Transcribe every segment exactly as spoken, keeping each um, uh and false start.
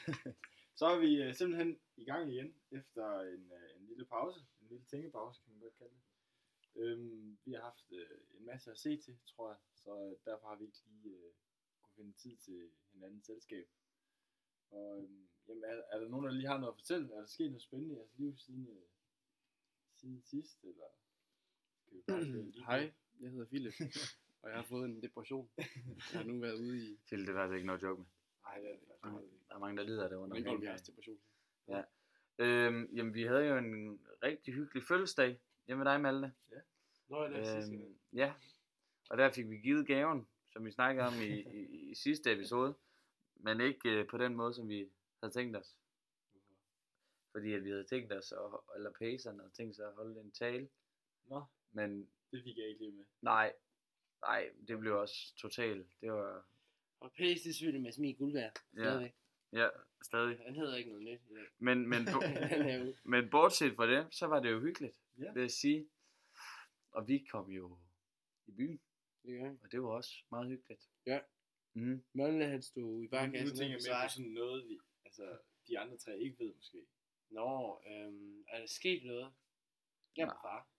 Så er vi øh, simpelthen i gang igen, efter en, øh, en lille pause, en lille tænkepause, kan man godt kalde det. Øhm, vi har haft øh, en masse at se til, tror jeg, så derfor har vi ikke lige øh, kunne finde tid til hinandens selskab. Og øhm, jamen, er, er der nogen, der lige har noget at fortælle? Er der sket noget spændende i jeres liv siden, øh, siden sidst, eller skal vi bare køre lige? Hej, jeg hedder Philip, og jeg har fået en depression. Jeg har nu været ude i... Philip, det er faktisk ikke noget joke med. Nej, det er det faktisk. Der er mange, der lider af det under. Men godt, vi har også depression. Ja. Øhm, jamen, vi havde jo en rigtig hyggelig fødselsdag hjemme med dig, Malte. Ja. Nå, det er sidste Øhm, ja, og der fik vi givet gaven, som vi snakkede om i, i, i sidste episode, men ikke øh, på den måde, som vi havde tænkt os. Fordi at vi havde tænkt os, at, eller pacerne havde tænkt sig at holde en tale, Nå, men det fik jeg ikke lige med. nej, nej, det blev også totalt. Det var, Og Pace, det er selvfølgelig med Smig Guldberg. ja, ja, stadig. Han hedder ikke noget nyt i dag. Men, men, bo, Han er ude. men bortset fra det, så var det jo hyggeligt, Ja. vil jeg sige. Og vi kom jo i byen, Det gør han. og det var også meget hyggeligt. Ja. Mm. Mølle, han stod i Nu, nu barkassen. tænker jeg mere på sådan noget, vi, altså de andre tre ikke ved måske. Nå, øhm, er der sket noget? Jeg er på far.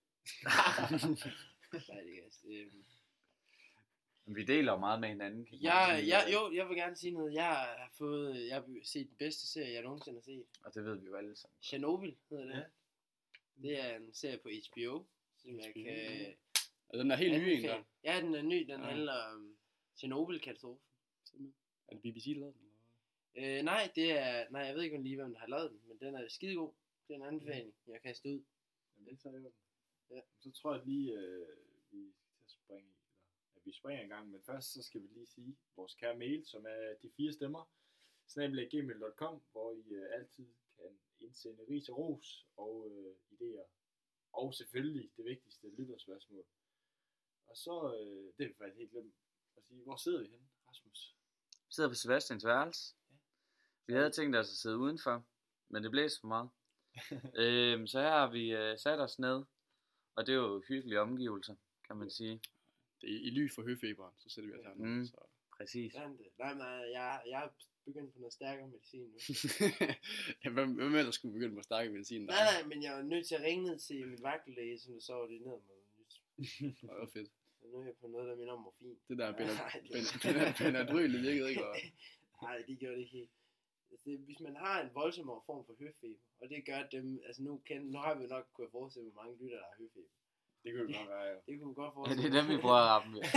Nej, det er ikke. Øhm, Men vi deler jo meget med hinanden. Kan man jeg, sige, jeg, og- jo, jeg vil gerne sige noget. Jeg har fået, jeg har set den bedste serie, jeg nogensinde har set. Og det ved vi jo alle sammen. Chernobyl hedder det. Ja. Det er en serie på H B O, som jeg H B O, kan Er den der helt nye en anbefale. der? Ja, den er ny. Den Ja. handler om Chernobyl-katastrofen. Er det B B C, der lavede den? Øh, nej, det er, nej, jeg ved ikke lige, hvem der har lavet den, men den er skidegod. Det er en anbefaling, jeg kan stå ud. Jamen, det tager jeg jo. Ja. Så tror jeg lige, øh, vi skal springe, eller, at vi springer en gang, men først så skal vi lige sige vores kære mail, som er de fire stemmer, snabel-a gmail punktum com, hvor I øh, altid kan indsende ris og ros og øh, idéer, og selvfølgelig det vigtigste, lytterspørgsmål. Og så, øh, det er vi faktisk helt glemt at sige, hvor sidder vi henne, Rasmus? Vi sidder på Sebastians værelse. Vi havde tænkt os at sidde udenfor, men det blæser for meget. øhm, så her har vi øh, sat os ned, og det er jo hyggelige omgivelser, kan man sige. Det er i ly for høfeberen, så sætter vi os hernede. Mm. Så. Præcis. Nej, det- nej, nej, jeg, jeg er begyndt på noget stærkere medicin nu. Ja, hvem, hvem ellers skulle begynde på at snakke medicin? nej, nej, men jeg er nødt til at ringe ned til min vagtlæge, som der så ordineret med noget nyt. Det var fedt. Så nu er jeg på noget, der minder om morfin. Det der Nej, det- Benadryl, det virkede ikke. Og... Nej, det gjorde det ikke helt. Altså, det, hvis man har en voldsommere form for høfeber, og det gør dem, altså nu, kender, nu har vi jo nok kunnet forestille, hvor mange lytter, der har høfeber. Det kunne det godt være, jo. Det kunne vi godt Ja, forestille. det er dem, vi prøver at ramme med.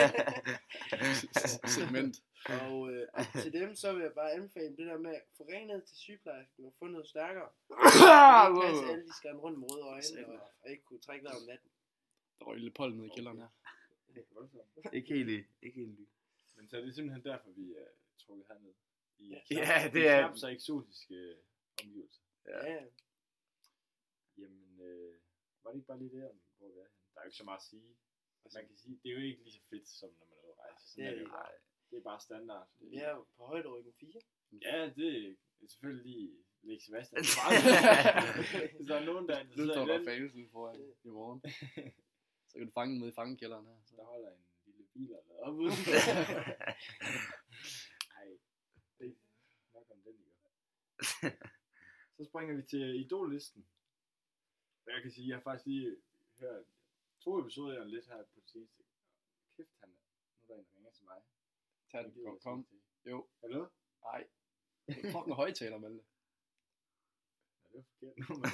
Segment. Og øh, til dem, så vil jeg bare anbefale det der med at få ringet til sygeplejersken og få noget stærkere. Det passe alle, de skal rundt med røde øjne og, og ikke kunne trække vejret om natten. Der røg lidt pollen ned i kælderen her. Det er voldsomt. Ikke helt i. Ikke helt i. Men så er det simpelthen derfor, vi er trukket herned. I Ja. knap- Ja, det i er- knap så eksotiske øh, omgivelser. Ja. Ja, Jamen, øh, var det ikke bare lige det, om hvor vi er henne? Der er jo ikke så meget at sige. Man kan sige, det er jo ikke lige så fedt, som når man er ude at rejse. Sådan Det er er det jo det. bare. Det er bare standard. vi er jo på højderyggen fire. Ja, det er selvfølgelig lige Lex Sebastian. Hvis der er nogen, der er Nu interesseret står i der den, fansen foran i morgen. Så kan du fange den med i fangekælderen her. Så. der holder en lille bil eller op ude. Ej, det er nok om den, I gør. Så springer vi til Idol-listen. Og jeg kan sige, jeg har faktisk lige hørt to episoder lidt her på det seneste. Kæft, han er. Nu er der en, der ringer til mig. Tag den, kom, kom. Jo. Hallo? Ej. Det er fucking højtaler, Malte. Ja, det var forkert nummer.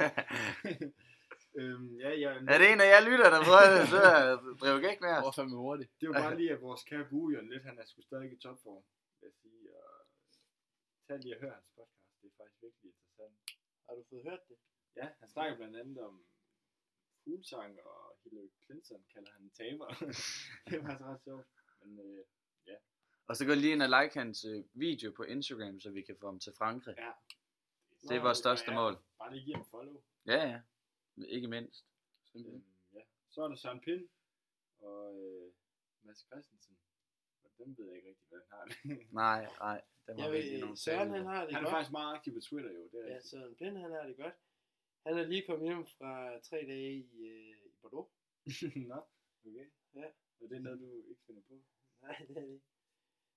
øhm, ja, ja, Er det en af jer lytter, der prøver at sidde og drive gæk med Det os? var fandme hurtigt. det var bare lige, at vores kære Gujon lidt, han er sgu stadig i topform, vil jeg sige. Og tag lige at høre hans podcast, det er faktisk virkelig interessant. Har du fået hørt det? Ja, han snakker blandt andet om fuglsang, og Hillary Clinton kalder han en taber. Det var faktisk ret sjovt. Men øh, Og så gå lige ind og like hans øh, video på Instagram, så vi kan få ham til Frankrig. ja. Det er vores største ja, mål. Bare lige give ham follow. Ja, ja. Ikke mindst. Øhm, ja. Så er der Søren Pind og øh, Mads Christensen. Og dem ved jeg ikke rigtig, hvad han har det. Nej, nej. Den Jeg var virkelig ved, nogle Søren tale. han har det Han er godt. faktisk meget aktiv på Twitter jo, det er Ja, rigtigt. Søren Pind han har det godt. Han er lige kommet hjem fra tre dage i, øh, i Bordeaux. Nå, okay. Ja. Og det er noget, du ikke finder på? Nej, det er det ikke.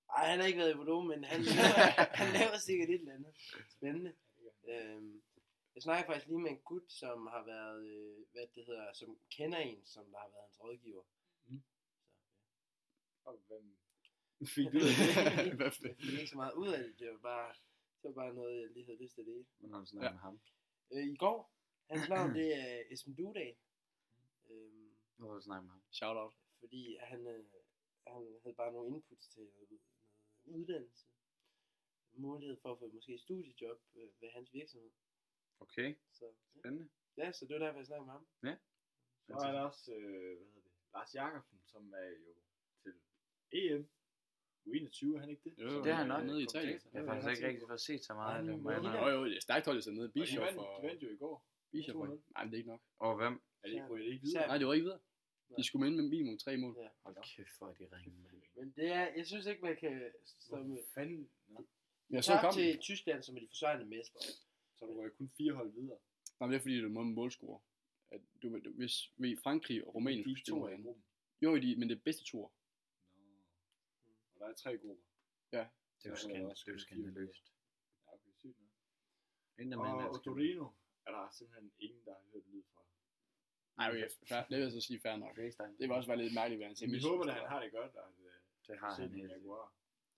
Ej, han har ikke været i Bordeaux, men han, han laver sikkert et eller andet spændende. Øhm, jeg snakker faktisk lige med en gut, som har været, øh, hvad det hedder, som kender en, som der har været hans rådgiver. Mm. Så, ja. Og hvem fik du det? Jeg fik ikke så meget ud af det, det var bare, det var bare noget, jeg lige havde lyst til at dele. Hvornår har du snakket Ja. med ham? Øh, I går, hans navn det er Esben Dudal. Øhm, Hvorfor har du snakket med ham? Shout out. fordi han, øh, han havde bare nogle inputs til noget, noget uddannelse. Mulighed for at få måske et studiejob øh, ved hans virksomhed. Okay, Så, ja. spændende. ja, så det var derfor, jeg snakkede med ham. Så er der også, øh, hvad hedder det, Lars Jakobsen, som er jo til E M. U enogtyve, er han ikke det? Jo, Som, det er han øh, nok. Nede i Italien. kommentator. Jeg Det har var faktisk ikke ret rigtig sikker fået set så meget af Nej, det. nu må jeg må I indrømme. Jo, jo, det er stærkt hold, så nede. på. Og de Bischoff vandt, og... de vandt jo i går. Bischoff to og... nul. Nej, men det er ikke nok. Og hvem? Er det ikke, ryger det ikke Især- videre? Nej, det var ikke videre. De skulle med ind med minimum tre mål. Ja. Hold kæft, hvor er de ringe. mand. Men det er, jeg synes ikke, man kan stå med. Hvor fanden? Nå, Men jeg så Tak kampen. til Tyskland, som er de forsvarende mestre. så du ryger kun fire hold videre. Nej, men det er fordi, du må målscore. At du, du, hvis vi Frankrig og Rumænien De skulle spille to er i hinanden. gruppen. Jo, de, men det er bedste tur. Nå. Og der er tre grupper. Det er jo Så er der skænd- også det er jo kun fire skandaløst. Ja, okay, sygt nok. Inden Og, man og Torino er der simpelthen ingen, der har hørt lyd fra. Nej, okay, fair, det vil jeg så sige fair nok. FaceTime. Det vil også være lidt mærkeligt, hvad han siger. Men vi håber, at han har det godt, og at øh, Det har han set helt. med Jaguar.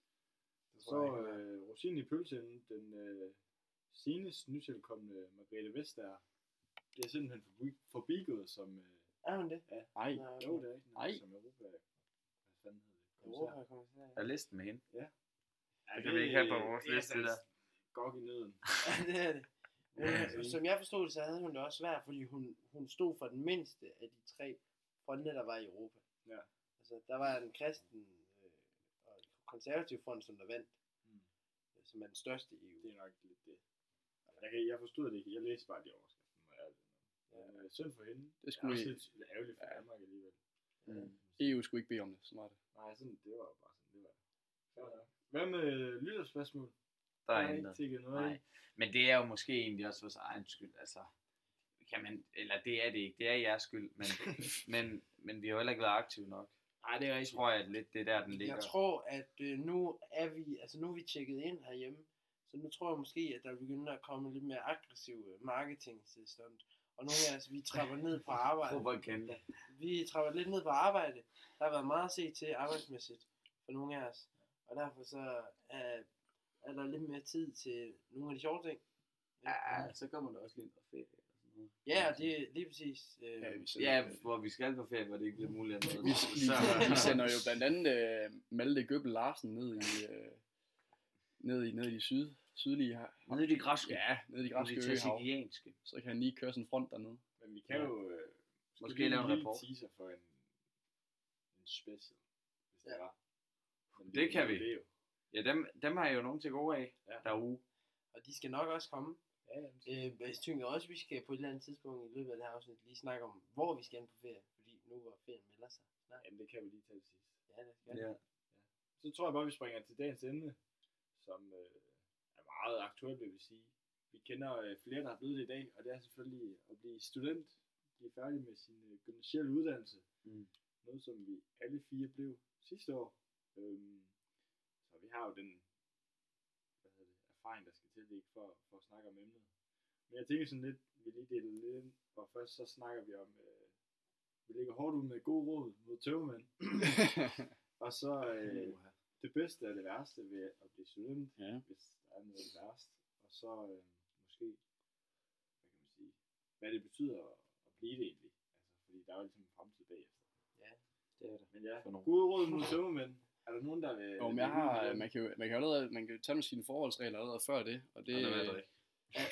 Det Så tror jeg ikke. øh, rosinen i pølsen, den øh, senest nytilkommende Margrethe Vestager, det er simpelthen forbi, forbigået som, øh, Er hun det? Nej, Nå, jo, det er ikke Ej. som Europa, hvad fanden hedder det? Europa kommer til Er listen med hende? Ja, Det kan vi ikke have på vores det er liste, sådan der. Gok i nøden. Ja, det er det. Men, som jeg forstod det, så havde hun det også svært, fordi hun, hun stod for den mindste af de tre fronter, der var i Europa. Ja. Altså, der var en kristen øh, og konservativ front, som der vandt, Mm. øh, som er den største i E U. Det er nok lidt det. Altså, jeg, kan, jeg forstod det ikke. Jeg læste bare de overskrifter. Må jeg ja. Men, øh, synd for hende. det Det er skulle også I, lidt ærgerligt for Ja. Danmark alligevel. Mm. E U skulle ikke bede om det, så var det. Nej, sådan, det var jo bare sådan, det var det. Fair nok. Hvad med lytterspørgsmål? Der er ikke intet. tikket noget Nej. ind. Men det er jo måske egentlig også vores egen skyld. Altså, kan man, eller det er det ikke. Det er jeres skyld. Men, men, men vi har jo heller ikke været aktive nok. Nej, det er Jeg rigtigt. tror, at lidt det er der, den ligger. Jeg tror, at øh, nu er vi, altså nu er vi tjekket ind herhjemme, så nu tror jeg måske, at der begynder at komme lidt mere aggressiv øh, marketing til stunt. Og nogle af os, vi trapper ned på arbejde. Fodboldkendte. Vi trapper lidt ned på arbejde. Der har været meget at se til arbejdsmæssigt for nogle af os. Og derfor så er, er der lidt mere tid til nogle af de sjove ting. Ja, så kommer der også lidt på ferie. og sådan noget. Ja, og det er lige præcis. Øh, Ja, vi sender, Ja, hvor vi skal på ferie, hvor det ikke bliver muligt at vi, møde. vi, Så, vi sender jo blandt andet uh, Malte Gøbbel Larsen ned i, uh, ned i, ned i de syd, sydlige her. nede i de græske. Ja, ned i de græske det øhav. tassegianske. Så kan han lige køre sådan en front dernede. Men vi kan jo øh, Måske lige lave en lille rapport. teaser for en, en special, hvis det Ja. var. Men Det kan er vi. jo Det jo. Ja, dem, dem har jeg jo nogen til gode af Ja. derude. og de skal nok også komme. Ja, ja. Øh, jeg tænker også, at vi skal på et eller andet tidspunkt i løbet af det her afsnit lige snakke om, hvor vi skal hen på ferie. Fordi nu hvor ferien melder sig. Snart. Jamen, det kan vi lige tage til sidst. Ja, det skal Ja. Så tror jeg bare, vi springer til dagens emne, som øh, er meget aktuelt, vil vi sige. Vi kender øh, flere, der er blevet det i dag, og det er selvfølgelig at blive student, blive færdig med sin øh, gymnasielle uddannelse. Mm. Noget, som vi alle fire blev sidste år. Øhm, så vi har jo den hvad hedder det, erfaring, der skal til ikke, for, for at snakke om emnet. Men jeg tænker sådan lidt, vi lige deler lidt ind, og først så snakker vi om, øh, vi ligger hårdt ud med god råd mod tøvmænd. Og så øh, det bedste er det værste ved at blive student, Ja. hvis der er noget af det værste. Og så øh, måske, hvad kan man sige, hvad det betyder at, at blive det egentlig. Altså, fordi der er jo ligesom en fremtid bagefter. Det er det. Men ja, For nogen. gode råd mod tøvmænd. Er der nogen, der vil... Jo, men jeg har, man kan jo, man kan jo allerede, man kan jo tage med sine forholdsregler allerede før det, og det, Og det er det ikke.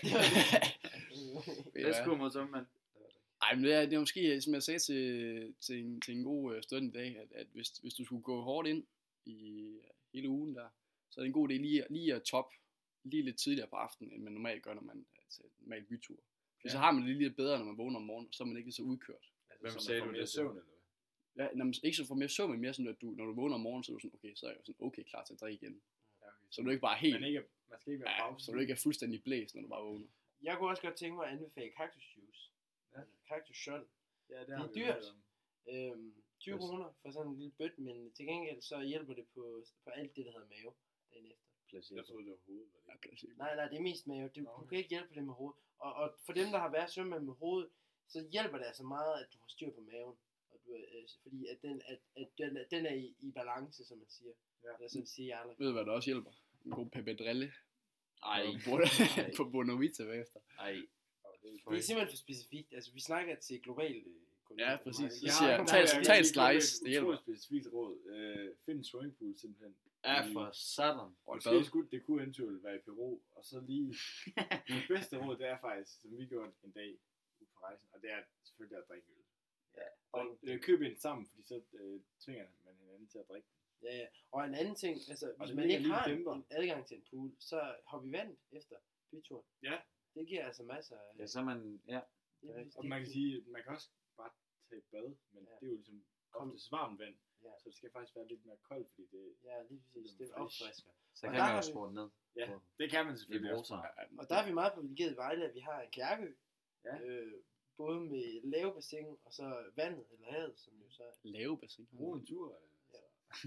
ved Det jeg er sgu mod tømmand. Ej, men det er, det er måske, som jeg sagde til, til, en, til en god øh, student i dag, at, at hvis, hvis du skulle gå hårdt ind i øh, hele ugen der, så er det en god idé lige, lige at top lige lidt tidligere på aftenen, end man normalt gør, når man er til en normal bytur. For Ja. så har man det lige lidt bedre, når man vågner om morgenen, så er man ikke så udkørt. Hvem Som sagde er for du mere det til? søvn, eller hvad? Ja, når man, ikke så for mere søvn, men mere sådan, at du, når du vågner om morgenen, så er du sådan, okay, så er jeg jo sådan, okay, klar til at drikke igen. Ja, okay. Så du ikke bare er helt, Men ikke, man skal ikke være ja, pause. så du ikke er fuldstændig blæst, når du bare vågner. Jeg kunne også godt tænke mig at anbefale cactus juice. Ja. Cactus shot. Ja, det, Det har er vi dyrt. hørt om. Øhm, tyve kroner for sådan en lille bøtte, men til gengæld så hjælper det på, på alt det, der hedder mave dagen efter. Placebo. Jeg troede, det var hovedet. Var det? Ja, placebo. Nej, nej, det er mest mave. Du, Okay. du kan ikke hjælpe det med hovedet. Og, og for dem, der har været svømme med hovedet, så hjælper det altså meget, at du har styr på maven. Og du, øh, fordi at den, at, at den, den er i, i balance, som man siger. Ja. Eller som de siger i andre. Ved du, hvad der også hjælper? En god pepedrille. Ej, På, Bon- på Bonovita bagefter. ej. Og det er Det er simpelthen for specifikt. Altså, vi snakker til globalt. Øh, Ja, præcis. Så Jeg siger jeg, har- tag, nej, jeg- tag en jeg- slice, det jeg- hjælper. Jeg specifikt råd. Øh, find en swimmingpool simpelthen. Ja, for sådan. Måske skulle det kunne eventuelt være i Peru, og så lige det bedste råd, det er faktisk, som vi gjorde en dag ude på rejsen, og det er selvfølgelig at drikke øl. Ja. Og øh, køb en sammen, fordi så øh, tvinger man hinanden til at drikke. Ja, ja. Og en anden ting, altså, hvis det man ligger ikke lige har i en, dæmper. en adgang til en pool, så hopper vi vandet efter byturen. Ja. Det giver altså masser af... Ja, så er man, ja. det er- Og man kan sige, man kan også bare tage et bad, men Ja. det er jo ligesom Kom. oftest varmt vand, Ja. så det skal faktisk være lidt mere koldt, fordi det, Ja, lige præcis. Det er Fresh. opfrisker. Så Og kan der man har jo vi- skrue den ned. ja, på- det kan man i selvfølgelig også. bruseren. Og der er vi meget privilegeret i Vejle, at vi har en kærkeø. Ja. Øh, både med lave bassin, og så vandet eller havet, som jo så er... Lave bassin. Brug en tur. Ja.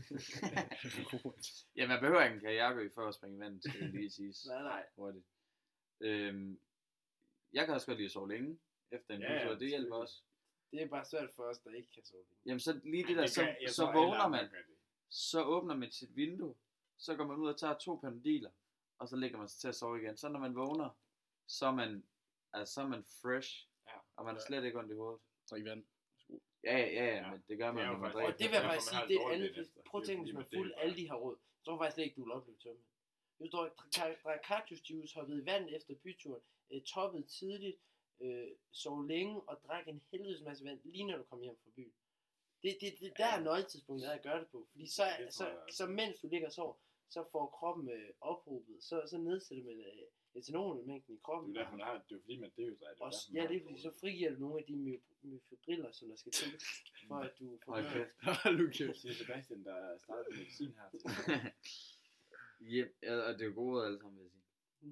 Ja, man behøver ikke en kajakø for at springe i vandet, skal det lige siges. Nej, nej. Hurtigt. Øhm, jeg kan også godt lide at sove længe efter en Ja, bustur, ja, det hjælper selvfølgelig. også. Det er bare svært for os, der ikke kan sove. Jamen så lige det der, Det så, kan- jeg så tror, alle vågner andre man, gør det. så åbner man sit vindue, så går man ud og tager to panodiler, og så lægger man sig til at sove igen. Så når man vågner, så er man, altså, så er man fresh, Ja. og man har slet ikke ondt i hovedet. Drik vand. Ja, ja, ja, Ja. men det gør man, Det er jo når man faktisk- drikker. Og det vil jeg derfor, faktisk man sige, har det det er dårligt andet. lidt efter. Prøv at Det er tænke, hvis fordi, man man fuldt deler alle de her råd. Så tror jeg faktisk slet ikke, du vil opleve tømme. Hvis du drikker cactus juice, hoppet i vand efter byturen, øh, toppet tidligt, øh, sov længe og drik en helvedes masse vand, lige når du kommer hjem fra byen. Det, det, det der Ja. er nøgletidspunktet, der at gøre det på. Fordi så, Det tror så, jeg også. så mens du ligger og sover, så får kroppen øh, ophobet, så, så nedsætter man øh, etanolmængden i Det kroppen. er jo derfor, man har det. Det er jo fordi, man dehydrerer. Det er Og, derfor, man ja, har det er det fordi, så dårligt. frigiver du nogle af de my- myfibriller, som der skal til, for at du får Hold bedre- kæft. Hold nu kæft. Det er Sebastian, der startede medicin her. Til. Ja, ja, og det er jo gode råd alle sammen, vil jeg sige.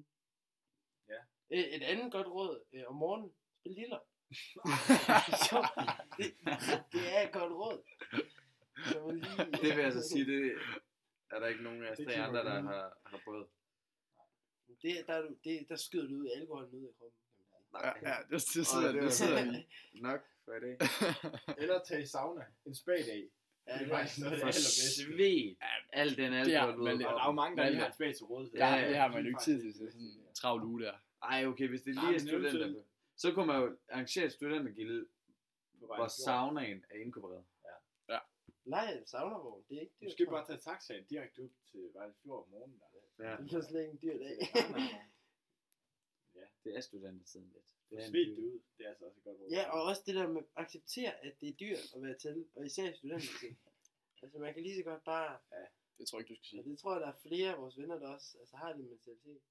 Øh, Et andet godt råd øh, om morgenen, spil liller. Så, det, det er et godt råd. Så man lige, Det vil jeg så sige, det er der ikke nogen af os Det tre kigger andre, der vi har, har prøvet. Det, der, er du- det, der skyder du ud af alkoholen ud af kroppen. kan man sige. Ja, ja, det, det sidder, Og det det, var- sidder vi. Nok for i dag. Eller tage i sauna. En spa-dag. Ja, Det er det er faktisk noget af det For allerbedste. sved. Al den Det er- alkohol men ud det af Og der er jo kroppen. mange, der Men- lige har et spag til rådighed. Ja, Ja, det har man jo ikke faktisk tid til, det så bedste, sådan en ja. travl uge der. Ej, okay, hvis det Nej, lige er men studenter, eventuelt- så kunne man jo arrangere et studentergilde, På vej hvor til fjorden. saunaen er inkorporeret. Lej en saunavogn, det er ikke Du dyrt. skal tror jeg. bare tage taxaen direkte ud til Vejle Fjord om morgenen. Der. Ja, Det er slet ikke en dyr dag. Ja, det er studentertiden lidt. Det er en svedt det dyr- ud. Det er altså også et godt råd. Ja, og også det der med at acceptere, at det er dyrt at være til, og især i studentertid. Altså man kan lige så godt bare, Det tror jeg ikke, du skal og sige. det tror jeg, der er flere af vores venner, der også altså, har den mentalitet.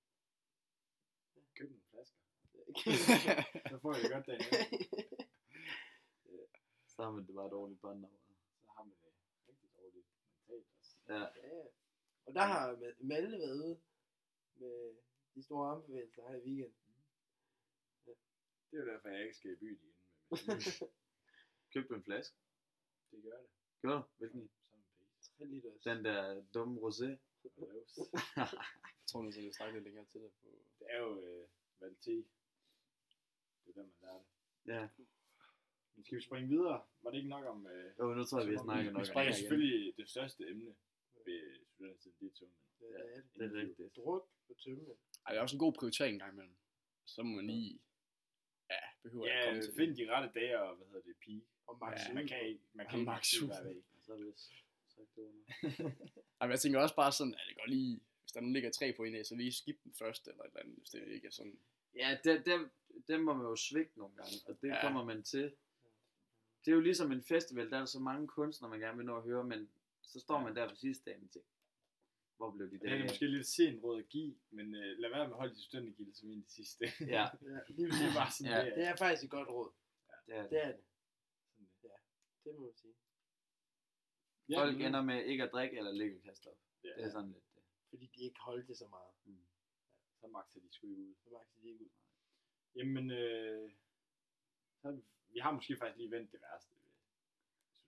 Køb nogle flasker. Så får jeg det godt dagen efter. Så har man det bare dårligt bånd over. Så har man det rigtig dårligt mentalt også. Ja, Ja, ja. Og der har Ma- Malte været ude med de store armbevægelser her i weekenden. Det er jo derfor, jeg ikke skal i byen igen. Med med købte du en flaske? det gør det. Gjorde du? Hvilken? Sådan en pris. tre liters. Den der dumme rosé. Og laves. Jeg tror nu, at jeg snakke lidt længere til det på... Det er jo øh, Valté. Det er der, man lærer det. Ja. Men skal vi springe videre? Var det ikke nok om... Øh, Jo, nu tror jeg, vi har snakket vi, nok vi om springer det. selvfølgelig det største emne ved studentertiden, det er tømmen. Ja, det er det. Det er rigtigt. Druk og tømme. Ej, det er også en god prioritering en gang imellem. Så må man lige... Ja, behøver jeg Ja, komme til find de rette dage og, hvad hedder det, peak. Og max Ja, ja, man kan ikke, man Og kan ikke max max syv. hver dag. Så er det vist sagt det under. Ej, men jeg tænker også bare sådan, at det går lige... Hvis der nu ligger tre på en af, så lige skip den først, eller et eller andet, hvis det ikke er sådan... Ja, dem, dem, dem må man jo svigte nogle gange, og det Ja. ja. kommer man til. Det er jo ligesom en festival, der er så mange kunstnere, man gerne vil nå at høre, men så står man der på sidste dagen til. Hvor blev de Det er der? måske lidt sent råd at give, men øh, lad være med at holde de studentergilde som en af de sidste. Ja, Ja, lige det er bare sådan, Ja. det er. Det er faktisk et godt råd. det er det. Det er det. Sådan det. Det må man sige. Ja, Folk men- ender med ikke at drikke eller ligge og kaste op. Ja, Det er sådan lidt det. Fordi de ikke holdt det så meget. så makser de sgu ikke ud. Så makser de ikke ud. Jamen, øh, så har vi, vi har måske faktisk lige vendt det værste ved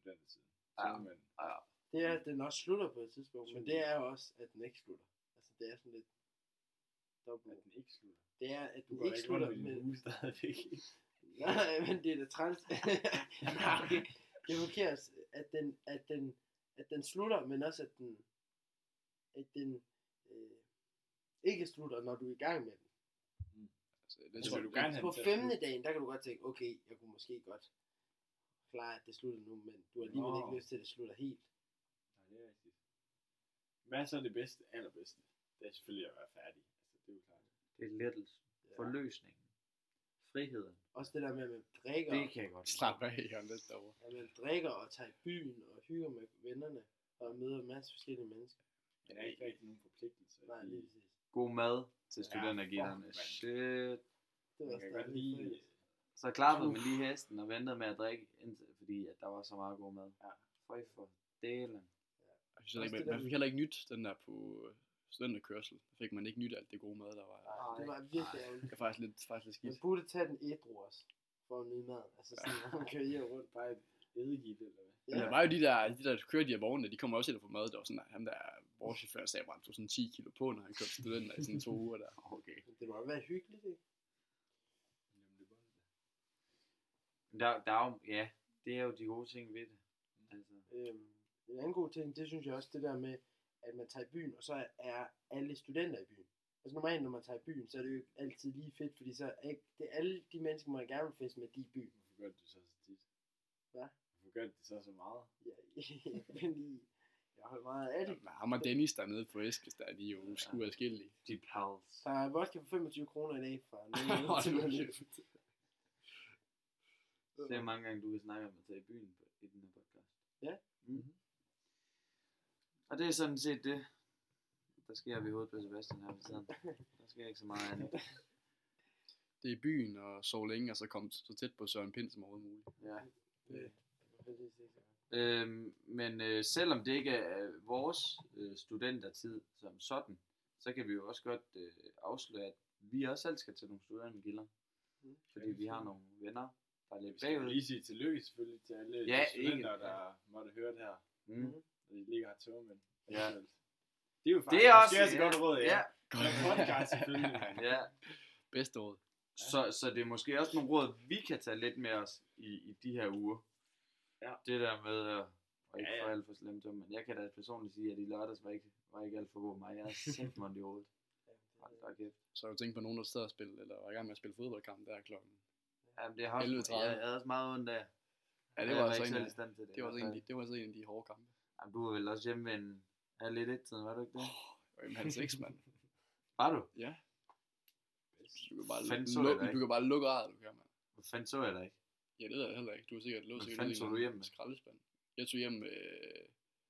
studentertiden. Ja. Så man, Ja. Det er, at den også slutter på et tidspunkt, men det er jo også, at den ikke slutter. Altså, det er sådan lidt dobbelt. at den ikke slutter. Det er, at Du den går ikke ikke slutter, rundt med din men... hue stadigvæk. Nej, men det er da træls. Nej, okay. Det er forkert, at den, at den, at den slutter, men også at den, at den øh, ikke slutter, når du er i gang med den. Altså, det Altså, tror vil jeg, du gerne have På den til at femte slutte? dagen, der kan du godt tænke, okay, jeg kunne måske godt klare, at det slutter nu, men du har alligevel Nå. ikke lyst til, at det slutter helt. Nej, det er rigtigt. Hvad er så det bedste, allerbedste? Det er selvfølgelig at være færdig. Altså, det er jo klart. Det er lettelse. Ja. Forløsningen. Friheden. Også det der med, at man drikker, Det kan jeg godt lide. slap af, Jørgen, lidt derovre. at man drikker og tager i byen og hygger med vennerne og møder en masse forskellige mennesker. Men der er ikke rigtig nogen forpligtelse. Nej, lige præcis. God mad til Ja, studentergitterne. fuck, mand. Shit. Det var Man også kan der, godt lige lide... fredags. Så klappede man lige hesten og ventede med at drikke, indtil, fordi at der var så meget god mad. Ja. Føj for delen. Jeg synes heller ikke, Også man, det der- man fik heller ikke nyt den der på øh, studenterkørsel. Der fik man ikke nyt alt det gode mad, der var. Nej, det var virkelig ærgerligt. Det er faktisk lidt, faktisk lidt Man skidt. burde tage den ædru også, for at nyde mad. Altså sådan, når man kører hjem rundt. Bare et eddegigt, eller hvad? Men der var jo de der, de der kører de her vogne, de kommer også ind og får mad. Der var sådan, at ham der vores chauffør sagde, at han tog sådan ti kilo på, når han kørte studenter i sådan to uger der. Okay. Det må jo være hyggeligt, ikke? Jamen, det var det. Men Der, der er jo, ja, det er jo de gode ting ved det. Altså, Øhm, en anden god ting, det synes jeg også, det der med, at man tager i byen, og så er alle studenter i byen. Altså normalt, når man tager i byen, så er det jo ikke altid lige fedt, fordi så er ikke, det er alle de mennesker, man gerne vil feste med, de er i byen. Hvorfor gør du det så så tit? Hvad? Hvorfor gør du det så så meget? Ja, fordi jeg har meget af det. Men ham og Dennis dernede på Eskes, der de er jo Ja. uadskillelige. de pals. Der er vodka for femogtyve kroner i dag fra Hold nul til nu nul. kæft. Se hvor mange gange du kan snakke om at tage i byen på, i den her podcast. Ja. Mm-hmm. Og det er sådan set det, der sker ved hovedet på Sebastian her for tiden. Der sker ikke så meget andet. Det er byen og sove længe, og så komme så tæt på Søren Pind som overhovedet muligt. Ja. Det- det er sikkert. Øhm, men øh, selvom det ikke er vores øh, studentertid som sådan, så kan vi jo også godt øh, afsløre, at vi også selv skal til nogle studentergilder. Mm. Fordi vi har nogle venner, der er Vi lidt skal jo bagud. lige sige tillykke selvfølgelig til alle Ja, de studenter, ikke. der måtte høre det her. Mm. Mhm. Og de ligger her tømmermænd. Ja. Det er jo faktisk Det er også, måske også et godt råd, ja. ja. Ja, podcast selvfølgelig. ja. Bedste råd. Så, så det er måske også nogle råd, vi kan tage lidt med os i, i de her uger. Ja. Det der med at og ikke Ja, ja, ja. ja. for alt for slemt, men jeg kan da personligt sige, at i lørdags var ikke, var ikke alt for god mig. Jeg er simpelthen ondt i hovedet. Hold da kæft. Så har du tænkt på nogen, der sidder og spille, eller var i gang med at spille fodboldkamp der klokken. Jamen, det har også, elleve jeg, tredive. jeg havde også meget ondt af. Ja, det Jeg var var altså ikke en selv af, i stand til det. det var i altså hvert en, fald. af de- det var altså en af de hårde kampe. Jamen, du var vel også hjemme ved en halv lidt et-tiden, var du ikke det? Jamen, han er seks mand. Var du? Ja. Du kan bare, Fanden så jeg lukke, dig du kan bare lukke øjet, du kan, mand. Hvor fanden så jeg dig ikke? Ja, det ved jeg heller ikke. Du har sikkert lå Hvad sikkert fanden nede i tog en du hjem med? skraldespand. Jeg tog hjem med øh,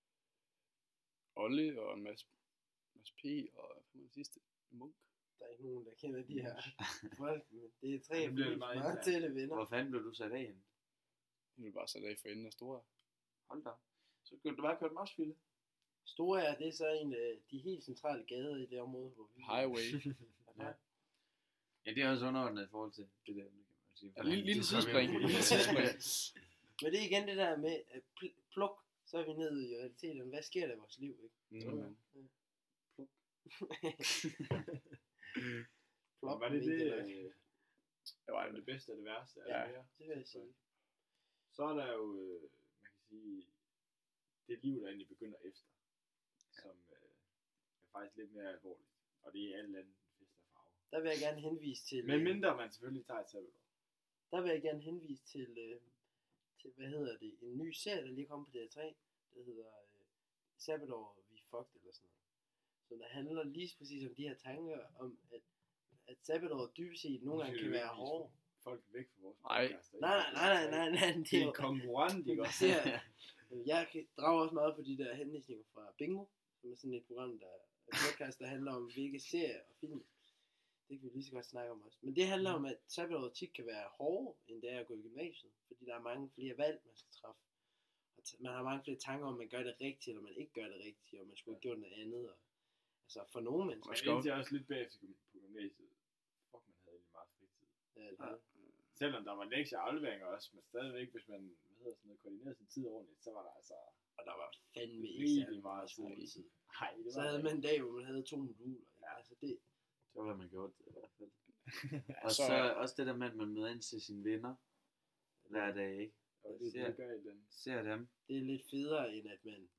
Olle og Mads, Mads P. og hvad var den sidste? Munk. Der er ikke nogen, der kender de her folk, men det er tre Ja, nu bliver det meget, meget meget internt. tætte venner. Hvor fanden blev du sat af henne? Det ville bare sætte af for enden af store. Hold da. Så kunne du bare køre Mosfilde. Store er, det er så en af de helt centrale gader i det område, hvor vi Highway. Ja. Ja, det er også underordnet i forhold til det der, det kan man sige. Ja, lille, lille Du kom sidespring. hjem. Lille sidespring. Men det er igen det der med at pl- pluk, så er vi nede i realiteten. Hvad sker der i vores liv, ikke? Mm. Mm. Pluk, Var det det, medier, øh, ikke? Det var var det bedste og det værste? Er Ja. det mere? Det vil jeg sige. Så er der jo, øh, man kan sige, det liv, der egentlig begynder efter, som øh, er faktisk lidt mere alvorligt. Og det er alt andet end fest og farve. Der vil jeg gerne henvise til... Men øh, mindre man selvfølgelig tager et sabbatår. Der vil jeg gerne henvise til, øh, til hvad hedder det, en ny serie, der lige kom på D R tre, der hedder øh, Sabbatår, vi fucked, eller sådan noget. Så der handler lige præcis om de her tanker, om at, at sabbatår dybest set nogle gange kan være hårde. Folk væk fra vores Nej. podcast. Nej, nej, nej, nej, nej, nej, det Det er er jo... en konkurrent, ikke også? ser, jeg kan- drager også meget på de der henvisninger fra Bingo, som er sådan et program, der en podcast, der handler om hvilke serier og film. Det kan vi lige så godt snakke om også. Men det handler om, at sabbatåret tit kan være hårdere, end det er at gå i gymnasiet. Fordi der er mange flere valg, man skal træffe. Og t- man har mange flere tanker om, man gør det rigtigt, eller man ikke gør det rigtigt, og man skulle have gjort noget andet. Og, altså for nogle mennesker. Man skal skal også- indtil også lidt bagefter gym- på gymnasiet. Fuck, man havde egentlig meget fri. fritid. Ja, det er. Selvom der var lektier og afleveringer også, men stadigvæk, hvis man hvad hedder sådan noget, koordinerede sin tid ordentligt, så var der altså Og der var fandme ikke rigtig særlig meget meget tid. skoletid. Nej, det Så var havde der man en dag, hvor man havde to moduler. Ikke? Ja. Altså det, Det var, hvad man gjorde i hvert fald. ikke. Og så- så også det der med, at man møder ind til sine venner hver dag, ikke? Og det, Ser- det gør i den. Ser dem. det er lidt federe, end at man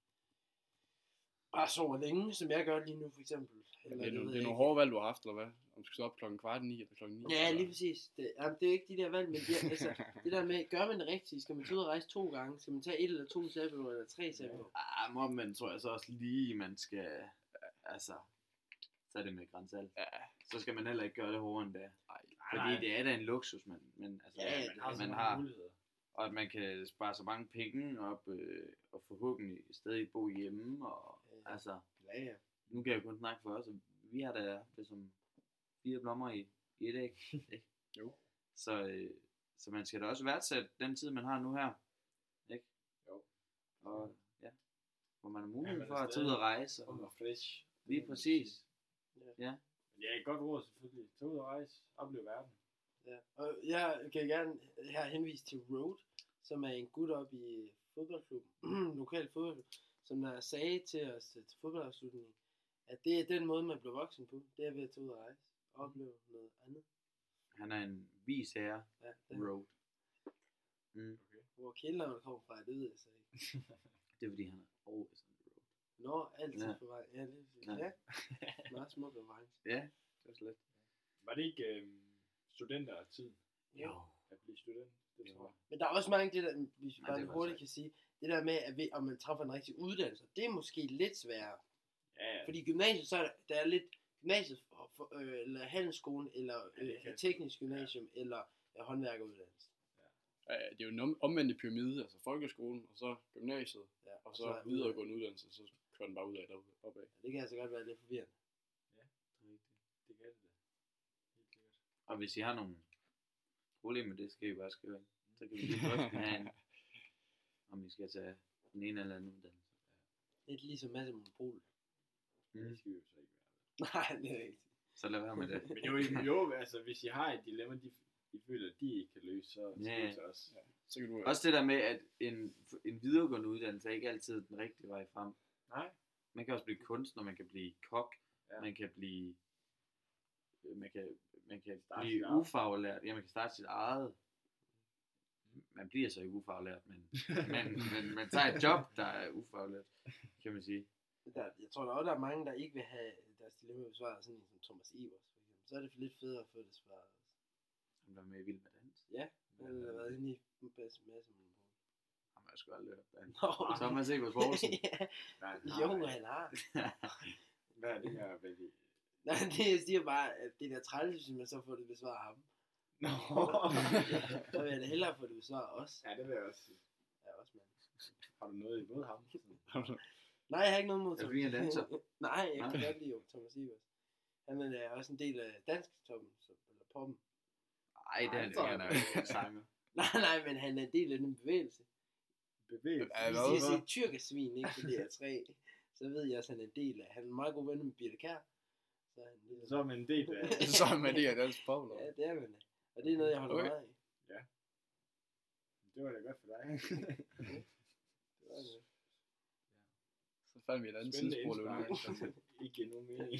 bare sover længe, som jeg gør lige nu for eksempel. Eller, Det er, nogle, ved det er jeg nogle ikke. hårde valg, du har haft, eller hvad? Om du skal stå op klokken kvart ni eller klokken ni? Ja, eller- lige præcis. Det, jamen, det er ikke de der valg, men det, altså, det der med, gør man det rigtigt? Skal man tage ud og rejse to gange? Skal man tage et eller to sabbatår, eller tre sabbatår? Ah, må man tror jeg så også lige, man skal, altså, tage det med grænsalt. Ja, Så skal man heller ikke gøre det hårdere end det. nej. Fordi nej. det er da en luksus, man, men altså, Ja, Man har så man mange har, muligheder. og at man kan spare så mange penge op, øh, og forhåbentlig stadig bo hjemme, og Ja. altså, Ja, ja. nu kan jeg kun snakke for os, og vi har da det som fire blommer i, i et æg, ikke? Jo. Så, øh, så man skal da også værdsætte den tid, man har nu her, ikke? Jo. Og ja, hvor man har Ja, mulighed man for er at tage ud og rejse, Ung og og fresh. lige præcis. Men ja, et godt råd selvfølgelig. Tag ud og rejse. Opleve verden. Ja. Og jeg kan gerne her henvise til Road, som er en gut op i fodboldklubben, lokal fodboldklub, som der sagde til os til fodboldafslutningen, at det er den måde, man bliver voksen på. Det er ved at tage ud og rejse og opleve noget andet. Han er en vis herre, Ja, det, Road. Mm. hvor kælderen kommer fra, det ved jeg så ikke. Det er fordi, han er always on the road. Nå, altid Ja. på vej. Ja, det er præcis. Ja. Ja. Meget smukt og vej. Ja, det er slet. Var det ikke øh, studentertid Jo. at blive student? Det tror jeg. Men der er også mange det der, hvis vi Nej, bare det lige var hurtigt sejt. kan sige, det der med, at vi, om man træffer en rigtig uddannelse, det er måske lidt sværere. Ja, ja. Fordi gymnasiet, så er der, der er lidt gymnasiet, for, for, øh, eller handelsskolen, eller Ja, det øh, kan- teknisk gymnasium, ja. eller øh, håndværkeruddannelse. Ja, det er jo en om- omvendte pyramide, altså folkeskolen, og så gymnasiet, Ja. og så videregående uddannelse, så kører den bare ud af derude, opad. Det kan altså godt være lidt forvirrende. Det kan det da. Helt sikkert. Og hvis I har nogle problemer med det, skal I bare skrive ind. Så kan vi lige drøfte det herinde, om I skal tage den ene eller anden uddannelse. Lidt ligesom masse monopol. Mm. Det skal vi jo så ikke være. Nej, det er rigtigt. Så lad være med det. Men jo, jo, altså hvis I har et dilemma, de, de føler, at de ikke kan løse, så Ja. skriv til os. Ja. Så kan du... Også det der med, at en, en videregående uddannelse er ikke altid den rigtige vej frem. Nej. Man kan også blive kunstner, man kan blive kok, Ja. ja. man kan blive, øh, man kan, man kan Starte sit blive eget. ufaglært, ja, man kan starte sit eget. Man bliver så ikke ufaglært, men, men, men man tager et job, der er ufaglært, kan man sige. Der, jeg tror da også, der er mange, der ikke vil have deres dilemma besvaret, sådan en som Thomas Evers, for eksempel. Så er det lidt federe at få det svaret også. Han var med i Vild med Dans. Ja, han har været inde i en masse masse monopol. Han har jeg sgu aldrig hørt. Dan. Nå. Så har man set på Poulsen. Ja, Nej, jo, nej. han har. Hvad er det her, baby? Nej, det jeg siger bare, at det der træls, hvis man så får det besvaret ham. Nå. Så vil jeg da hellere få det besvaret også. Ja, det vil jeg også sige. Ja, også mand. Har du noget imod ham? Nej, jeg har ikke noget mod Er det fordi, han danser? Nej, jeg kan Nej. godt lide jo Thomas Evers. Han er også en del af dansk toppen, så, eller poppen. Ej, det er han ikke. Han er jo ikke en sanger. Nej, nej, men han er en del af den bevægelse. Bevægelse. Ja, Hvis hvad, de hvad? siger tyrkersvin, ikke, for det er tre, så ved jeg, at han er en del af. Han er en meget god ven med Birte Kjær. Så er han ligesom, Så er man en del af... Så er man det af dansk pop, eller ja, hvad? det er man da. Og det er noget, jeg holder Okay. meget af. Det var da godt for dig. Det var det. Så fandt vi et andet Spændende tidsspor, løbende. indspark, som ikke giver nogen mening.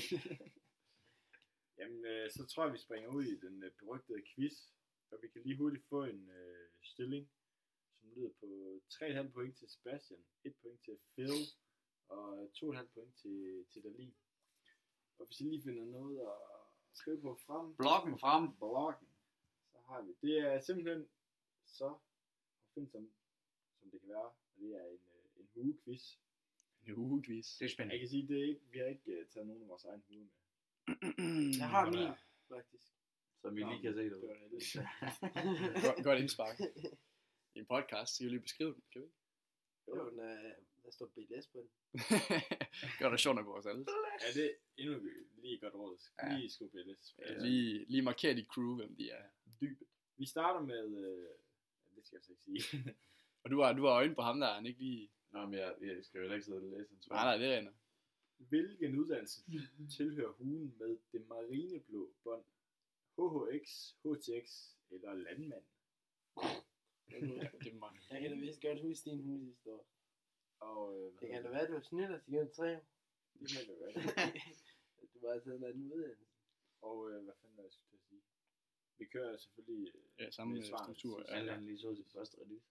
Jamen, øh, så tror jeg, vi springer ud i den øh, berygtede quiz. Og vi kan lige hurtigt få en øh, stilling, som lyder på tre komma fem point til Sebastian, et point til Phil, og to komma fem point til, til Dalin. Og hvis I lige finder noget at skrive på frem, Blokken frem. bloggen, så har vi. Det er simpelthen så opfindsomt, som det kan være. Og det er en, øh, en hugequiz. En ugequiz. Det er Jeg spændende. kan sige, det er ikke, vi har ikke uh, taget nogen af vores egen huge med. Jeg har Godt min, der. faktisk. Som I lige kan se Det derude. var heldigt. godt, godt indspark. I en podcast, så kan vi lige beskrive den, kan vi? Jo, den er, der står B L S på den. Gør det sjovt nok vores alle. Ja, det er endnu lige godt råd. Ja. Lige skub ellers. Ja, lige, lige markere dit crew, hvem de er. Dybet. Vi starter med, øh, det skal jeg så ikke sige. Og du har, du har øjne på ham der, han ikke lige... Nå, men jeg, jeg skal jo heller ikke sidde og læse hans Nej, nej, det er rent. Hvilken uddannelse tilhører hugen med det marineblå bånd H H X, H T X eller landmand. Ja, det er mange. Jeg kan da vist godt huske din hushistorie. Og øh, hvad Det kan hedder da være, du har snydt os igennem tre år. det kan det være. Du bare har taget en anden uddannelse. Og øh, hvad fanden er jeg skulle til at sige? Vi kører selvfølgelig øh, Ja, samme med svarene struktur. til Ja, Alle ja. han lige så til første release.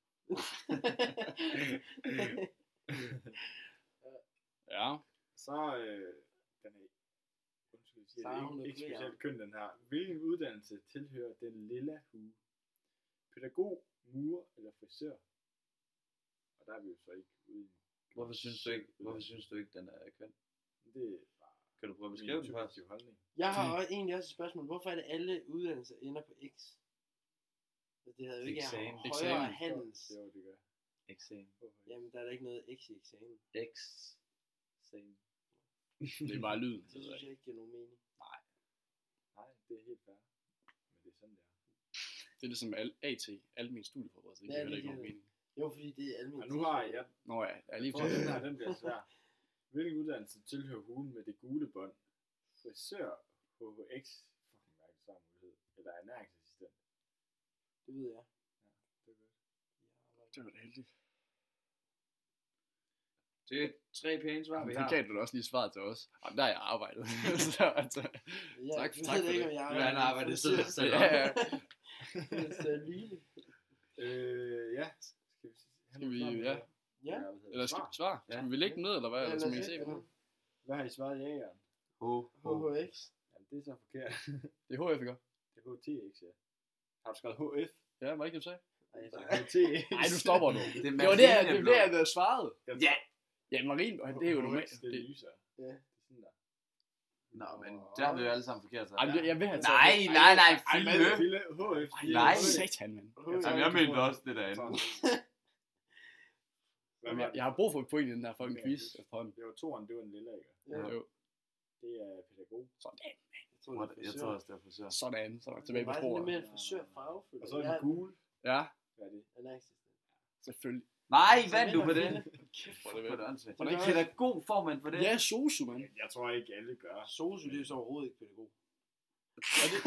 Ja. Så øh, den er, undskyld, jeg siger, Så er det hun er ikke, ikke nuklear. specielt køn den her. Hvilken uddannelse tilhører den lilla hue? Pædagog, murer eller frisør? Og der er vi jo så ikke ude i. Hvorfor synes du ikke, hvorfor synes du ikke den er køn? Det er bare Kan du prøve at min beskrive den for os? subjektive holdning. Jeg har også, egentlig også et spørgsmål. Hvorfor er det alle uddannelser ender på X? Altså, det havde jo ikke Eksamen. højere Eksamen. handels. Det var det gør. Eksamen. Jamen, der er da ikke noget X i eksamen. X. Same. Det er bare lyden. Det Det ved synes jeg jeg ikke. ikke giver nogen mening. Nej, det er helt fair. Men det er sådan, det er. Det er ligesom al- A T, alle mine studieforberedelser. Det Ja, giver heller det ikke giver nogen det. mening. Jo, fordi det er almindeligt. Og nu har jeg, Nå ja, jeg er lige for på den her, den bliver svær. Hvilken uddannelse tilhører hulen med det gule bånd? Frisør, H H X, fucking mærke samme mulighed, eller ernæringsassistent. Det ved jeg. Det er godt. Det var da heldigt. Det er tre pæne svar, vi Det har. gav du da også lige svaret til os. Og der har jeg arbejdet. så, altså, Ja, Tak- du tak ved for ikke, det. om jeg Ja, han arbejder så så. selv. ja, ja. Det er lige. Øh, ja. Skal vi, Skal vi, ja. Ja. Eller skal vi svare? Ja. Skal vi lægge den ned, eller hvad? Ja, Eller lad skal os vi se se på på den. det? Hvad har I svaret jægeren? H. H H X. Jamen, det er så forkert. Det er H F, ikke? Det er H T X, ja. Har du skrevet H F? Ja, var det ikke det, du sagde? Ej, Så så- H T X. Nej, du stopper nu. Det er Det var det, jeg, det, Marineblå. var det, jeg havde svaret. Ja. Ja, Marin, det er jo normalt. Det er Det, lyser. Ja. Det er sådan der. Nå, men der har vi jo alle sammen forkert så. ej, men det- jeg vil have Nej, nej, nej, Ej, men Fille. Fille, H F. Nej. Satan, mand. Jamen, jeg mente også det der andet. Hvad Jeg, jeg har brug for et point i den her fucking Okay, quiz det- efterhånden. Det var toeren, det var en lille, ikke? Ja. Jo. Det er pædagog. Sådan. Jeg tror, det er Jeg frisør. tror også, det er frisør. Sådan, så er vi Det tilbage er på bare sådan lidt sporet. mere en frisørfarve, føler Og så er jeg. den gule. Ja, Hvad er det? Ernæringsassistent. selvfølgelig. Nej, Så vandt du på vinder det? Fille. Kæft, Hvor hvor er det er det vel. åndssvagt. Hvordan Hvordan kan pædagog får man for det? Ja, sosu, mand. Jeg tror ikke, alle gør. Sosu, det er jo så overhovedet ikke pædagog. Er det?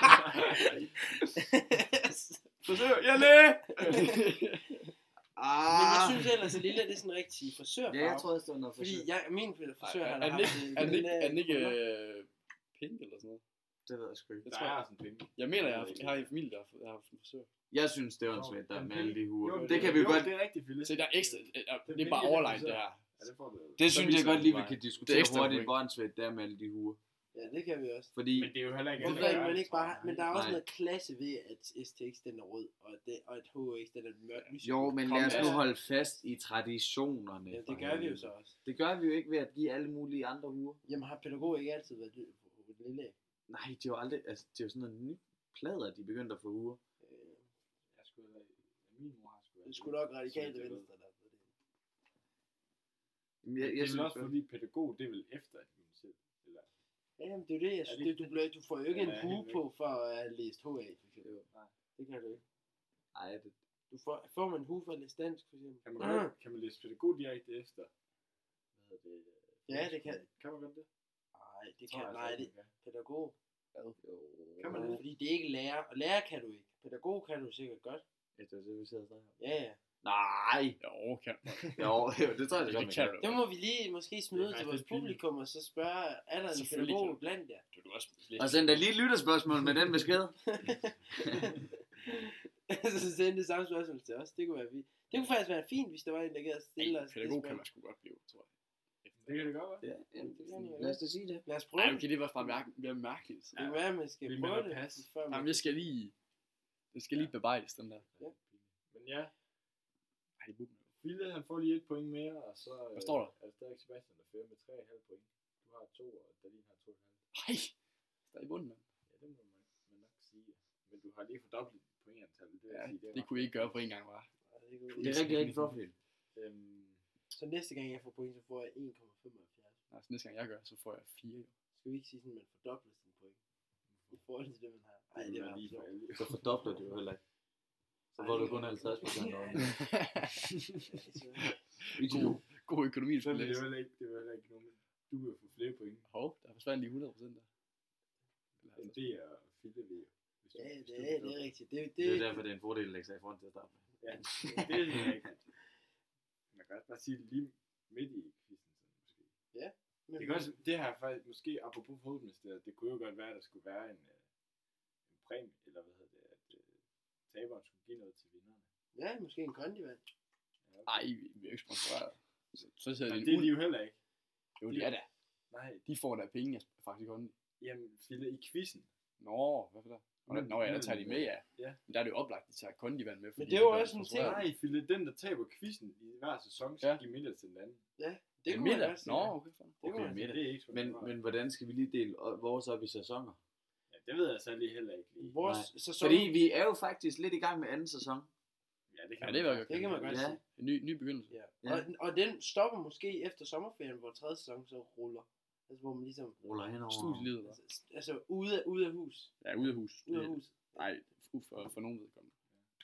Frisør, jeg læge! Men jeg synes ellers, at lille det er sådan en rigtig frisørfarve. Ja, jeg tror også, det var noget Fordi frisør. jeg, min frisør, Ej, han er har den haft ikke, en er den ikke, lille er den ikke krøller. øh, pink eller sådan noget? Det ved jeg sgu ikke. Jeg Der tror, er jeg, sådan en penge. jeg mener, jeg har, jeg har en familie, der har, der har haft en frisør. Jeg synes, det var en svært, der med alle de huer. Jo, Det kan vi jo godt. Det er rigtigt, Fille. Se, der er ekstra, øh, Den det er bare vælger overline, frisør. det her. Ja, det får du. Det Så synes viser jeg godt den lige, vi vej. kan Det er diskutere ekstra hurtigt, point. hvor en svært det er med alle de huer. Ja, det kan vi også. Fordi, Men det er jo heller ikke... Hvorfor alle, er der man gør ikke det, bare... tror jeg. Men der er også Nej. noget klasse ved, at S T X den er rød, og, det, og at H X den er mørk lys. jo, men Kom, lad os nu ja. holde fast i traditionerne. Ja, for det gør vi jo helvede. så også. Det gør vi jo ikke ved at give alle mulige andre huer. Jamen har pædagog ikke altid været ly- på det lille? Nej, det er jo aldrig, altså det er jo sådan noget nyt plader, de begyndte at få huer. Øh, Jeg skulle heller ikke... Min mor har sgu det skulle nok radikalt det ved. venstre, der er på det. Jeg, Jeg, jeg, det er vel synes, også fordi pædagog, det er vel efter at gymnasiet, eller? Ja, jamen det er jo det, jeg synes. det Det, du, bliver, du får jo ikke Ja, en ja, hue helt på for at have læst H A, for eksempel. Jo. Nej. Det kan du ikke. nej, det, Du får, får man en hue for at læse dansk, for eksempel? Kan man, godt, kan man læse pædagog direkte efter? Hvad hedder det? Ja, det kan. Kan man godt det? Nej, det Tror kan, jeg nej, altså det ikke, man er pædagog. jo. Kan man det? Fordi det er ikke lærer, og lærer kan du ikke. Pædagog kan du sikkert godt. Ja, det er det, vi sidder og snakker om. Ja, ja. Nej! Jo, kan Jo, jo, det tror jeg, det, det kan du. Det må vi lige måske smide Det er ud til faktisk vores lidt pinligt. publikum, og så spørge, er der en Selvfølgelig pædagog kan du. blandt jer? Du kan også Og send da lige et lytterspørgsmål med den besked. så send det samme spørgsmål til os. Det kunne være fint. Det kunne faktisk være fint, hvis der var en, der gad at stille Ej, os. det pædagog kan spørgsmål. man sgu godt blive, tror jeg. Det kan det godt være. Ja, ja, det kan jeg lad os da sige det. Lad os prøve Ej, det. okay, det var bare mærke, mere mærkeligt. Det kan være, at man skal Vi prøve melder det. pas. Før man... Jamen, jeg skal lige... Det skal lige bearbejdes, den der. Men ja, Ej, det burde man. Ville han får lige et point mere, og så Hvad står der? er det stadig Sebastian, der fører med tre komma fem point. Du har to, og Dalin har to komma fem. Ej, der er i bunden, mand. Ja, det må man, man nok sige. Men du har lige fordoblet pointantallet. Det, vil Ja, jeg sige, det var- kunne I ikke gøre på en gang, var. Nej, det kunne- Det er rigtig, rigtig flot. Øhm, Så næste gang jeg får point, så får jeg en komma femoghalvfjerds. Altså, næste gang jeg gør, så får jeg fire. Skal vi ikke sige sådan, at man fordobler sin point? I forhold til det, man har. Ej, det vil var være lige for sjovt. alle. Så fordobler du jo heller ikke. Så får du kun halvtreds procent over. god, god økonomi, Så du vil det læse. jo heller ikke, det vil heller ikke nogen. Du vil få flere point. Hov, der forsvandt lige hundrede procent der. Men det er Fille ved jo. Hvis du- Ja, hvis det du er, ved det er rigtigt. Det, Det det, er derfor, det er en fordel at lægge sig i front til at starte med. Ja, det er rigtigt. Man kan også bare sige det lige midt i quizzen, sådan måske. men, Det, kan også, det her faktisk, måske apropos fodboldministeriet, det kunne jo godt være, at der skulle være en, øh, en præmie, eller hvad hedder det, at øh, taberen skulle give noget til vinderne. ja, måske en kondivand. Ja, okay. Nej, vi, vi er jo ikke sponsoreret. Så, så sidder Nej, de det er ud. de jo heller ikke. Jo, de er da. Nej, De får da penge, jeg faktisk kun. jamen, Fille, i quizzen. Nå, hvad for der? Nå, Men- Nå ja, der men- tager de med, ja. Ja. Men der er det jo oplagt, at de tager kondivand med. fordi det er jo de også en ting. sponsoreret. Nej, Fille, den der taber quizzen i hver sæson, skal Ja. give middag til den anden. Det En kunne man middag? godt sige. Nå, okay. fair. Det kunne Okay, man middag. Det er ikke Men, sponsoreret. men hvordan skal vi lige dele o- vores op i sæsoner? Ja, det ved jeg så lige heller ikke lige. Vores Nej. sæson, Fordi vi er jo faktisk lidt i gang med anden sæson. Ja, det kan, Ja, det var jo- det kan man godt Ja. sige. En ny, ny begyndelse. Ja. Ja. Og, og den stopper måske efter sommerferien, hvor tredje sæson så ruller. Altså hvor man ligesom, Ruller henover. Studielivet, hva'? altså, altså ude af, ude af hus. Ja, ude af hus. Ude af Det- hus. Nej, for, for, for nogen vedkommende.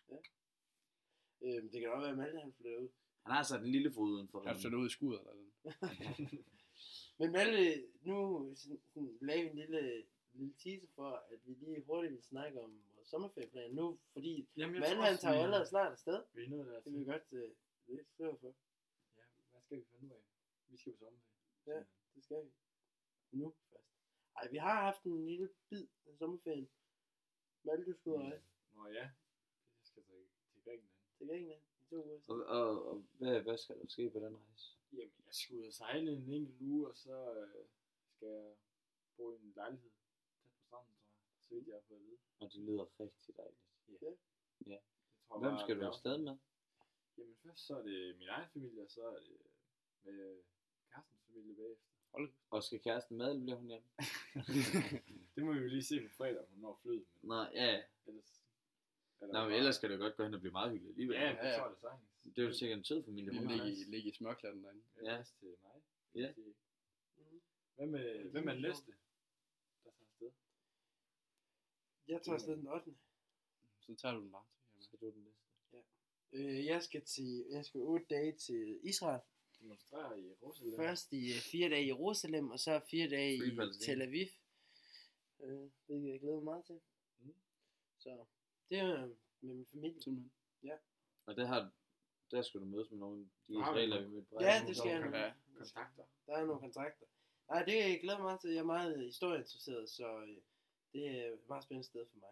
Øhm, det kan godt være, at Malte han flytter ud. Han har sat en lille fod uden for Jeg flytter ud i skuret eller sådan. Men Malte, nu sådan, sådan, lavede vi en lille, lille teaser for, at vi lige hurtigt vil snakke om vores sommerferieplan nu, fordi Jamen, jeg Malte tror han også, tager jo vi- allerede snart afsted. Vi er nået der Det til. vil vi godt uh, lidt før for. Ja, hvad skal vi finde ud af? Vi skal på sommerferie. Ja. Det skal vi. Nu først. Ej, vi har haft en lille bid af sommerferien. Malte, du skal ud og rejse Nå ja, jeg skal til, til Grækenland. til Grækenland i to uger. Og, og, og hvad, hvad skal der ske på den rejse? Jamen, jeg skal ud og sejle en enkelt uge, og så øh, skal jeg bo i en lejlighed tæt på stranden, tror jeg. Så vidt jeg har fået at vide. Og det lyder rigtig dejligt. Jeg tror Hvem bare, skal du det er afsted med? Jamen først så er det min egen familie, og så er det med kærestens familie bagefter. Og skal kæresten med, eller bliver hun hjemme? Det må vi jo lige se på fredag, om hun når flyet. Men Nej, ja. ellers... eller Nå, men bare- ellers skal det jo godt gå hen og blive meget hyggeligt alligevel. Ja, det Ja, ja. tror jeg da sagtens. Det er jo sikkert en sød familie, hun Lige har. ligge, i- ligge i smørklatten derinde. Ja. Ja. Plads til mig. Ja. Til- Mhm. Hvem er, hvem er den næste, der tager afsted? Jeg tager afsted den ottende Så tager du den bare. Skal du den næste? Øh, jeg skal til, jeg skal otte dage til Israel. Demonstrerer i Jerusalem. Først i øh, fire dage i Jerusalem, og så fire dage Free i Palæstina. Tel Aviv. Øh, det kan jeg glæde mig meget til. Mm. Så det er med min familie. Simpelthen. Og der, har, der skal du mødes med nogle af de Har vi israeler, nogle- vi mødte på. Ja, det skal jeg. Ja. Kontakter. Der er nogle kontakter. Nej, det jeg glæder mig meget til. Jeg er meget historieinteresseret, så øh, det er et meget spændende sted for mig.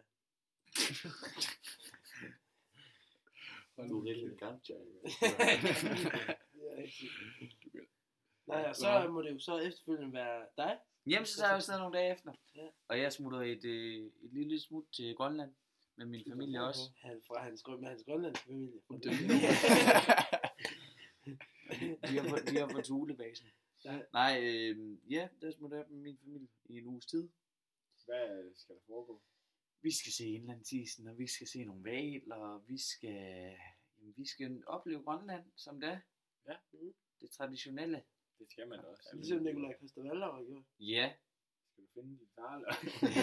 Du er rigtig gammel, Jack. Det er rigtigt. Du kan- Nej, og så må det jo så efterfølgende være dig. Jamen, så tager jeg afsted nogle dage efter. Ja. Og jeg smutter et, øh, et lille smut til Grønland. Med min familie også. Han, fra hans, grøn- med hans grønlandske familie. Det- De er på, de er på Thulebasen. Ja. Nej, øh, ja, der smutter jeg med min familie i en uges tid. Hvad skal der foregå? Vi skal se indlandsisen, og vi skal se nogle valer, og vi skal, jamen, vi skal opleve Grønland, som det er. Ja. Mhm. Det traditionelle. Det skal man da også. Ligesom Nikolaj Christer Valder har gjort. Ja. Skal du finde din far, eller?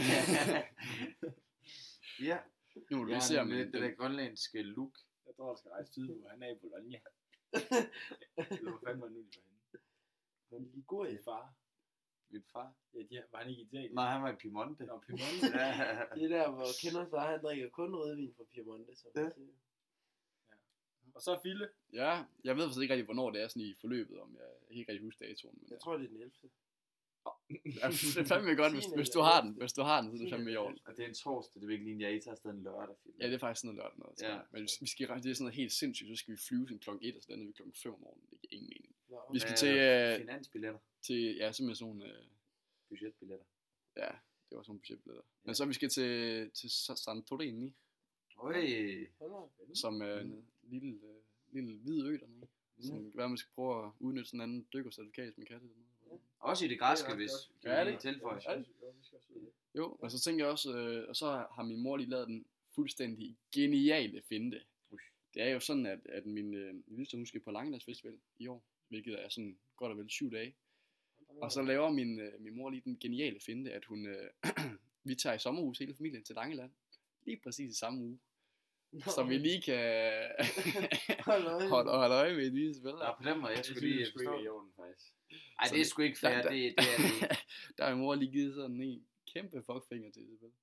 Ja. Nu må du Ja, lige se, det, om det, det der grønlandske look. Jeg tror, du skal rejse sydpå. Han er i Bologna. Eller hvor fanden var det nu, de var henne? Liguria. Din far. Min far. Ja, de, var han ikke i Italien? Nej, han var i Piemonte. Nå, Piemonte. Ja. Det er der, hvor Kenners far, han drikker kun rødvin fra Piemonte. Så. Ja. Og så Fille. Ja, jeg ved faktisk ikke rigtig, hvornår det er sådan i forløbet, om jeg, jeg kan ikke rigtig huske datoen. Men Jeg tror, det er den ellevte ja, det er fandme godt, hvis, hvis, du har den. Hvis du har den, så er det fandme i orden. Og det er en torsdag, det er virkelig lige, jeg tager afsted en lørdag. Film. Ja, det er faktisk sådan noget lørdag noget. Ja. Ja. Men vi, vi skal, det er sådan noget helt sindssygt, så skal vi flyve sådan klokken et, og så lander vi klokken fem om morgenen. Det giver ingen mening. Nå, Vi skal Hvad til, er der? øh, Finansbilletter. til ja, simpelthen sådan nogle, øh, Budgetbilletter. ja, det var sådan nogle budgetbilletter. Ja. Men så vi skal til, til Sa- Santorini, Øj. hold op. som er en lille, øh, lille hvid ø dernede. Så det kan være, man skal prøve at udnytte sådan en anden dykkercertifikat, hvis man kan det. Også i det græske, Det er hvis også kan Ja, vi det- lige tilføje. Ja, det- Jo, vi skal også ud. Jo, og så tænker jeg også, øh, og så har min mor lige lavet den fuldstændig geniale finte. Det er jo sådan, at, at min, øh, min lille hun skal på Langelands Festival i år, hvilket er sådan godt og vel syv dage. Og så laver min, øh, min mor lige den geniale finte, at hun, øh, vi tager i sommerhus hele familien til Langeland. Lige præcis i samme uge. Nå, Så vi lige kan hold øje. holde, holde øje med de spillere. Nå, på den måde, jeg Det skulle synes lige jeg sgu ikke forstå. er i orden, faktisk. Ej, det er sgu ikke fair, Der- det, det er det ikke. Der har min mor lige givet sådan en kæmpe fuckfinger til det spil.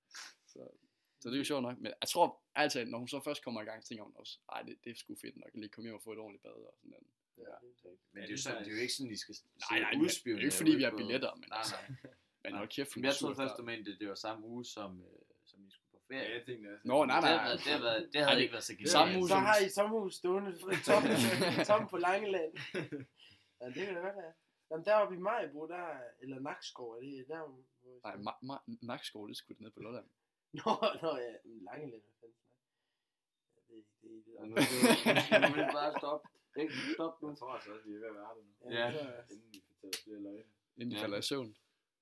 Så, så det er jo sjovt nok. Men jeg tror altid, at når hun så først kommer i gang, så tænker hun også, ej, det, det er sgu fedt nok, at lige komme hjem og få et ordentligt bad og sådan noget. Ja. Men det er jo sådan, det er jo ikke sådan, I skal Nej, nej, det udspille. er jo ikke fordi, vi har billetter, men Nej, altså, nej. men hold kæft, hun Men var jeg troede sur først, start. du mente, det var samme uge, som, øh, som I skulle på ferie. Ja, jeg tænkte også. Nå, nej, Det nej, havde, været- det havde, været- det havde ikke været så genialt. Samme uge Så som- har I sommerhus stående tom, tom på Langeland. Ja, det kan da godt være. Jamen deroppe i Majbo, der er- eller Nakskov, er det der, hvor... Nej, ma- ma- Nakskov, det skulle ned på Lolland. Nå, nå ja, Langeland, hvad fanden snakker jeg? Ja, det, det, det, Og det, nu, nu, nu vil jeg bare stoppe. Ikke stop nu. Jeg tror altså også, vi er ved at være der nu. ja, Ja. så- Inden vi fortæller flere løgne. Inden de Ja. falder i søvn.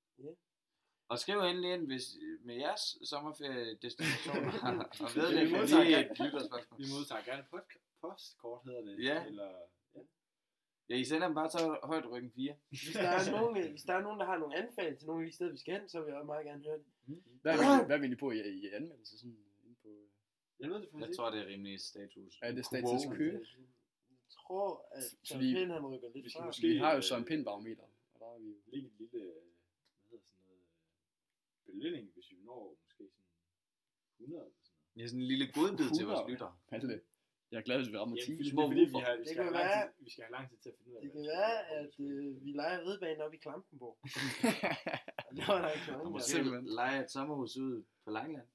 Og skriv endelig ind, hvis med jeres sommerferiedestinationer og ved Ja, det, vi kan modtager lige gerne- et lytterspørgsmål. Vi modtager gerne pod- postkort, hedder det. Ja. Eller, ja. Ja, I sender dem bare til højt ryggen fire. Hvis der, er nogen, øh, hvis der er nogen, der har nogle anfald til nogle af de steder, vi skal hen, så vil jeg også meget gerne høre det. Hvad er vi, hvad er vi lige på i, i anmeldelse? Sådan, inde på, Jeg ved det faktisk Jeg tror, det er rimelig status. er det status Quo. quo? Jeg tror, at Søren Fordi- Pind, han rykker lidt vi skal fra. måske- Vi har jo så en pindbarometer. Og der er vi jo Lige en lille, hvad hedder sådan noget, belønning, hvis vi når måske sådan hundrede eller sådan noget. Ja, sådan en lille godbid til vores hundrede. lytter. Palle. Jeg er glad, hvis vi rammer ti. Jamen, fordi, små fordi vi, woofer. har, vi, Det skal kan have lang være- tid, vi skal have lang tid til at finde ud af, Det hvad kan vi være, skal at gøre. øh, vi leger ridbanen op i Klampenborg. Og der var der ikke Og nogen måske der. Simpelthen. lege et sommerhus ud på Langeland.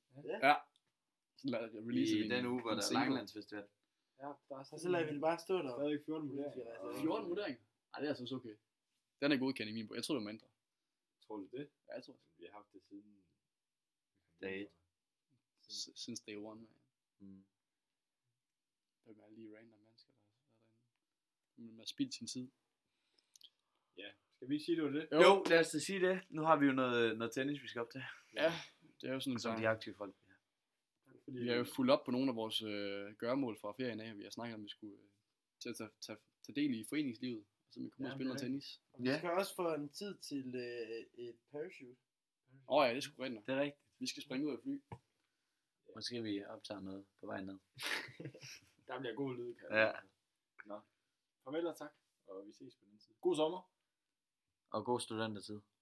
Så lad os release I en- den uge, hvor en der er single. Langelandsfestival. Ja, der er Og så lader vi det bare stå der. stadig fjorten vurderinger. Ja, og- fjorten vurderinger? Ej, det er altså okay. Den er godkendt i min bog. Jeg tror, det var mindre. Tror du det? Ja, jeg tror det. Vi har haft det siden... Dag et. S- Since day one, man. Mm. Der er lige random mennesker, der er derinde. Man har spildt sin tid. Ja, skal vi ikke sige, det var det? Jo. Jo, lad os da sige det. Nu har vi jo noget, noget tennis, vi skal op til. Ja, det er jo sådan en Som sang. de aktive folk. Ja. Fordi, Vi har jo fulgt op på nogle af vores øh, gøremål fra ferien af. Vi har snakket om, at vi skulle øh, til at tage, tage, tage del i foreningslivet. Og så vi kommer ud Ja, og spille noget det er tennis. Og vi skal også få en tid til øh, et parachute. Åh oh, ja, det er sgu rigtigt nok. Det er rigtigt. Vi skal springe ud af fly. Måske vi optager noget på vej ned. Der bliver god lyd, kan Ja. jeg. Nå. Farvel og tak, og vi ses på den side. God sommer. Og god studentertid.